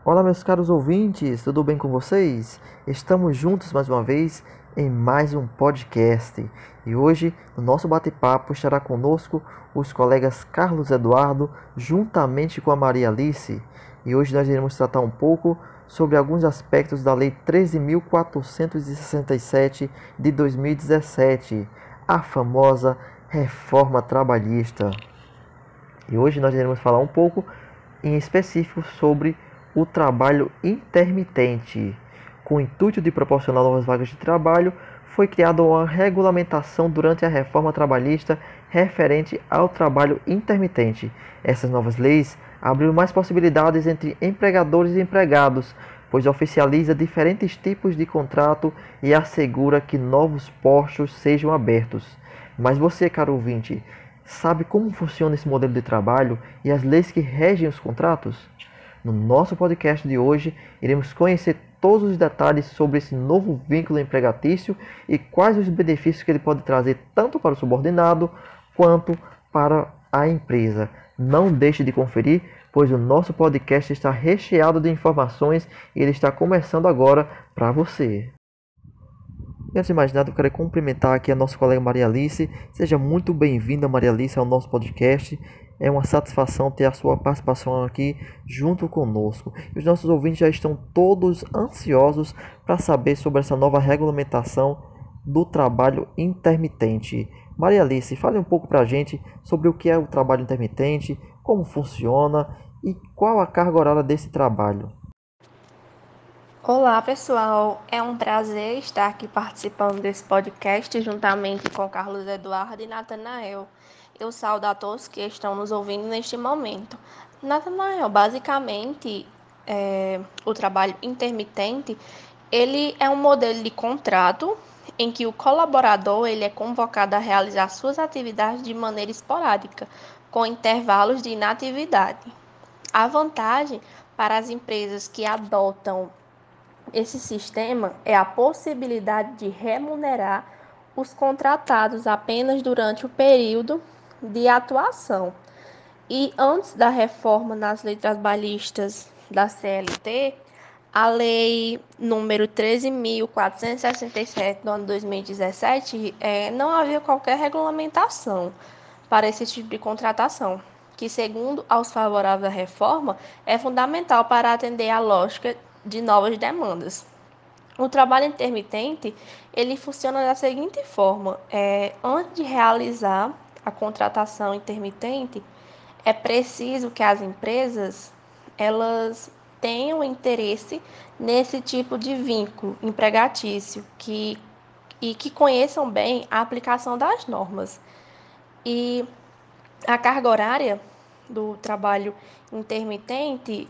Olá, meus caros ouvintes, tudo bem com vocês? Estamos juntos mais uma vez em mais um podcast. E hoje, no nosso bate-papo, estará conosco os colegas Carlos Eduardo, juntamente com a Maria Alice. E hoje nós iremos tratar um pouco sobre alguns aspectos da Lei 13.467 de 2017, a famosa reforma trabalhista. E hoje nós iremos falar um pouco em específico sobre o trabalho intermitente. Com o intuito de proporcionar novas vagas de trabalho, foi criada uma regulamentação durante a reforma trabalhista referente ao trabalho intermitente. Essas novas leis abriram mais possibilidades entre empregadores e empregados, pois oficializa diferentes tipos de contrato e assegura que novos postos sejam abertos. Mas você, caro ouvinte, sabe como funciona esse modelo de trabalho e as leis que regem os contratos? No nosso podcast de hoje, iremos conhecer todos os detalhes sobre esse novo vínculo empregatício e quais os benefícios que ele pode trazer tanto para o subordinado quanto para a empresa. Não deixe de conferir, pois o nosso podcast está recheado de informações e ele está começando agora para você. E antes de mais nada, eu quero cumprimentar aqui a nossa colega Maria Alice. Seja muito bem-vinda, Maria Alice, ao nosso podcast. É uma satisfação ter a sua participação aqui junto conosco. E os nossos ouvintes já estão todos ansiosos para saber sobre essa nova regulamentação do trabalho intermitente. Maria Alice, fale um pouco para a gente sobre o que é o trabalho intermitente, como funciona e qual a carga horária desse trabalho. Olá, pessoal. É um prazer estar aqui participando desse podcast juntamente com Carlos Eduardo e Natanael. Eu saúdo a todos que estão nos ouvindo neste momento. Natanael, basicamente, o trabalho intermitente, ele é um modelo de contrato em que o colaborador ele é convocado a realizar suas atividades de maneira esporádica, com intervalos de inatividade. A vantagem para as empresas que adotam esse sistema é a possibilidade de remunerar os contratados apenas durante o período de atuação. E antes da reforma nas leis trabalhistas da CLT, a lei número 13.467 do ano 2017, não havia qualquer regulamentação para esse tipo de contratação, que, segundo aos favoráveis à reforma, é fundamental para atender à lógica de novas demandas. O trabalho intermitente, ele funciona da seguinte forma: antes de realizar a contratação intermitente, é preciso que as empresas elas tenham interesse nesse tipo de vínculo empregatício e que conheçam bem a aplicação das normas. E a carga horária do trabalho intermitente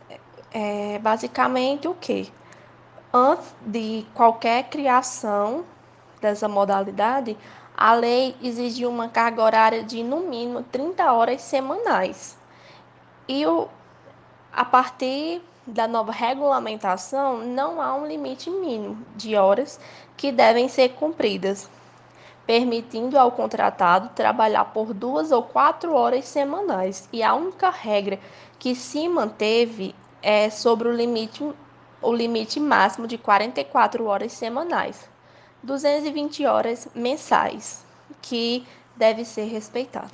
é basicamente o quê? Antes de qualquer criação dessa modalidade, a lei exigiu uma carga horária de, no mínimo, 30 horas semanais. E a partir da nova regulamentação, não há um limite mínimo de horas que devem ser cumpridas, permitindo ao contratado trabalhar por 2 ou 4 horas semanais. E a única regra que se manteve é sobre o limite máximo de 44 horas semanais, 220 horas mensais, que deve ser respeitado.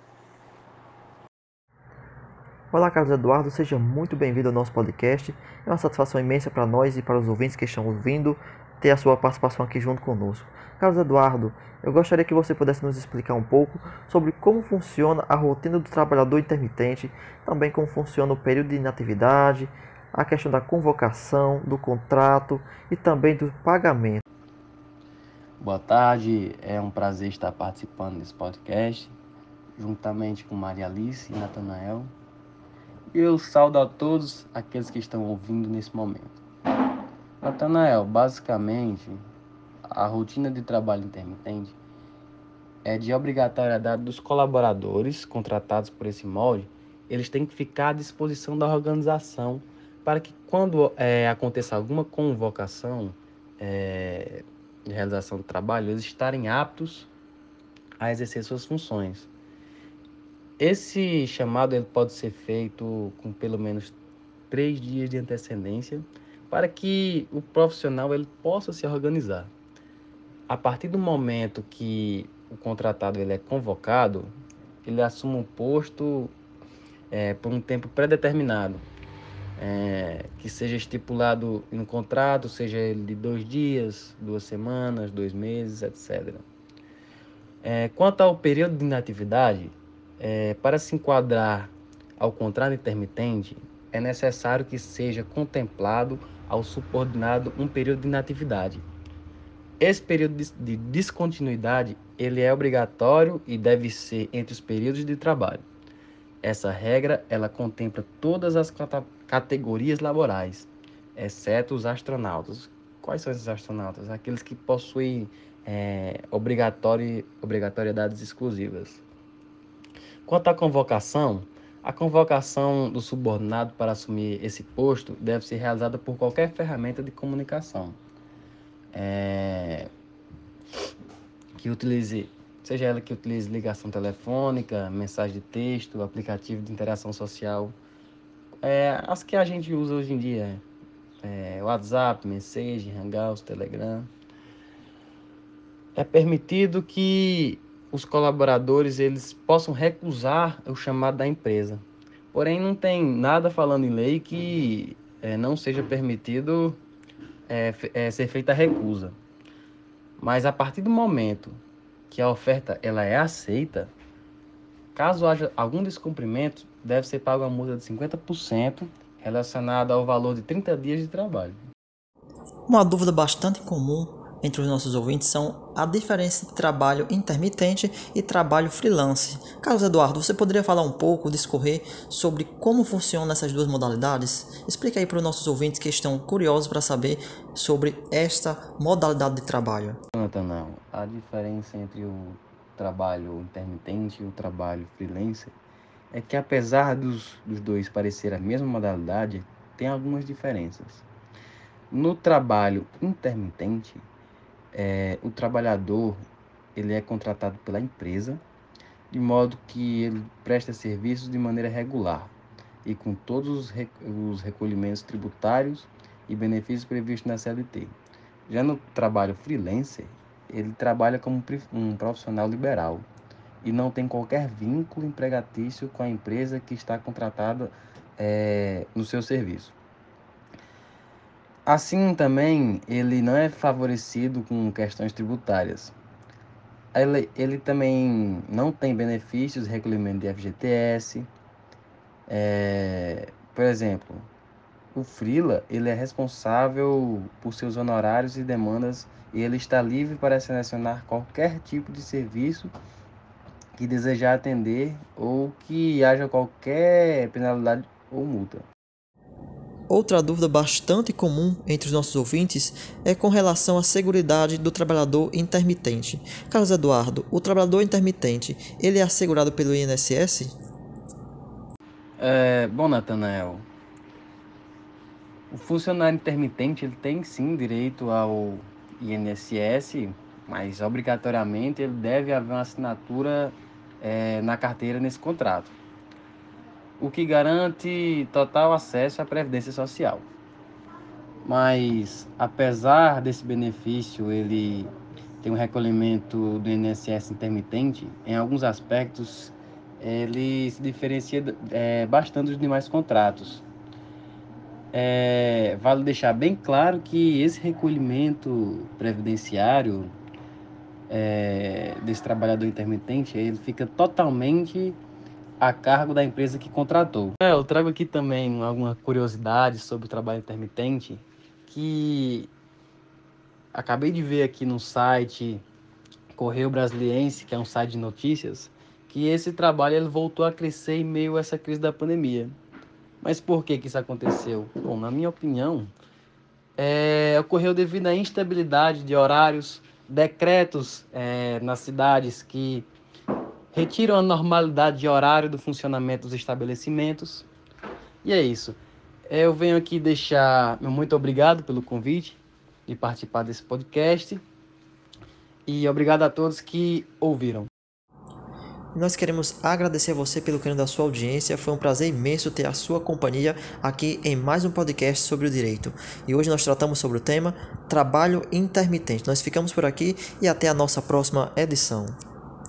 Olá, Carlos Eduardo, seja muito bem-vindo ao nosso podcast. É uma satisfação imensa para nós e para os ouvintes que estão ouvindo ter a sua participação aqui junto conosco. Carlos Eduardo, eu gostaria que você pudesse nos explicar um pouco sobre como funciona a rotina do trabalhador intermitente, também como funciona o período de inatividade, a questão da convocação, do contrato e também do pagamento. Boa tarde, é um prazer estar participando desse podcast, juntamente com Maria Alice e Natanael. Eu saúdo a todos aqueles que estão ouvindo nesse momento. Natanael, basicamente, a rotina de trabalho intermitente é de obrigatoriedade dos colaboradores contratados por esse molde. Eles têm que ficar à disposição da organização para que quando aconteça alguma convocação de realização do trabalho, eles estarem aptos a exercer suas funções. Esse chamado ele pode ser feito com pelo menos 3 dias de antecedência para que o profissional ele possa se organizar. A partir do momento que o contratado ele é convocado, ele assume um posto por um tempo pré-determinado, que seja estipulado em um contrato, seja ele de 2 dias, 2 semanas, 2 meses, etc. Quanto ao período de inatividade, para se enquadrar ao contrato intermitente, é necessário que seja contemplado ao subordinado um período de inatividade. Esse período de descontinuidade ele é obrigatório e deve ser entre os períodos de trabalho. Essa regra ela contempla todas as categorias laborais, exceto os astronautas. Quais são esses astronautas? Aqueles que possuem obrigatoriedades exclusivas. Quanto à convocação, a convocação do subordinado para assumir esse posto deve ser realizada por qualquer ferramenta de comunicação que utilize, seja ela que utilize ligação telefônica, mensagem de texto, aplicativo de interação social, as que a gente usa hoje em dia, WhatsApp, Message, Hangouts, Telegram. É permitido que os colaboradores eles possam recusar o chamado da empresa. Porém, não tem nada falando em lei que não seja permitido ser feita a recusa. Mas a partir do momento que a oferta ela é aceita, caso haja algum descumprimento, deve ser paga uma multa de 50% relacionada ao valor de 30 dias de trabalho. Uma dúvida bastante comum entre os nossos ouvintes são a diferença entre trabalho intermitente e trabalho freelance. Carlos Eduardo, você poderia falar um pouco, discorrer sobre como funcionam essas duas modalidades? Explica aí para os nossos ouvintes que estão curiosos para saber sobre esta modalidade de trabalho. Não, a diferença entre o trabalho intermitente e o trabalho freelancer é que apesar dos dois parecerem a mesma modalidade, tem algumas diferenças. No trabalho intermitente, o trabalhador ele é contratado pela empresa, de modo que ele presta serviços de maneira regular e com todos os recolhimentos tributários e benefícios previstos na CLT. Já no trabalho freelancer, ele trabalha como um profissional liberal e não tem qualquer vínculo empregatício com a empresa que está contratada no seu serviço. Assim também, ele não é favorecido com questões tributárias. Ele também não tem benefícios de recolhimento de FGTS. Por exemplo, o freela ele é responsável por seus honorários e demandas e ele está livre para selecionar qualquer tipo de serviço que desejar atender ou que haja qualquer penalidade ou multa. Outra dúvida bastante comum entre os nossos ouvintes é com relação à seguridade do trabalhador intermitente. Carlos Eduardo, o trabalhador intermitente, ele é assegurado pelo INSS? Bom, Natanael, o funcionário intermitente ele tem sim direito ao INSS, mas obrigatoriamente ele deve haver uma assinatura na carteira nesse contrato, o que garante total acesso à Previdência Social. Mas, apesar desse benefício, ele tem um recolhimento do INSS intermitente, em alguns aspectos ele se diferencia bastante dos demais contratos. Vale deixar bem claro que esse recolhimento previdenciário desse trabalhador intermitente, ele fica totalmente a cargo da empresa que contratou. Eu trago aqui também alguma curiosidade sobre o trabalho intermitente que acabei de ver aqui no site Correio Brasiliense, que é um site de notícias, que esse trabalho ele voltou a crescer em meio a essa crise da pandemia. Mas por que isso aconteceu? Bom, na minha opinião, ocorreu devido à instabilidade de horários, decretos nas cidades que retiram a normalidade de horário do funcionamento dos estabelecimentos. E é isso. Eu venho aqui deixar meu muito obrigado pelo convite de participar desse podcast e obrigado a todos que ouviram. E nós queremos agradecer a você pelo carinho da sua audiência. Foi um prazer imenso ter a sua companhia aqui em mais um podcast sobre o direito. E hoje nós tratamos sobre o tema trabalho intermitente. Nós ficamos por aqui e até a nossa próxima edição.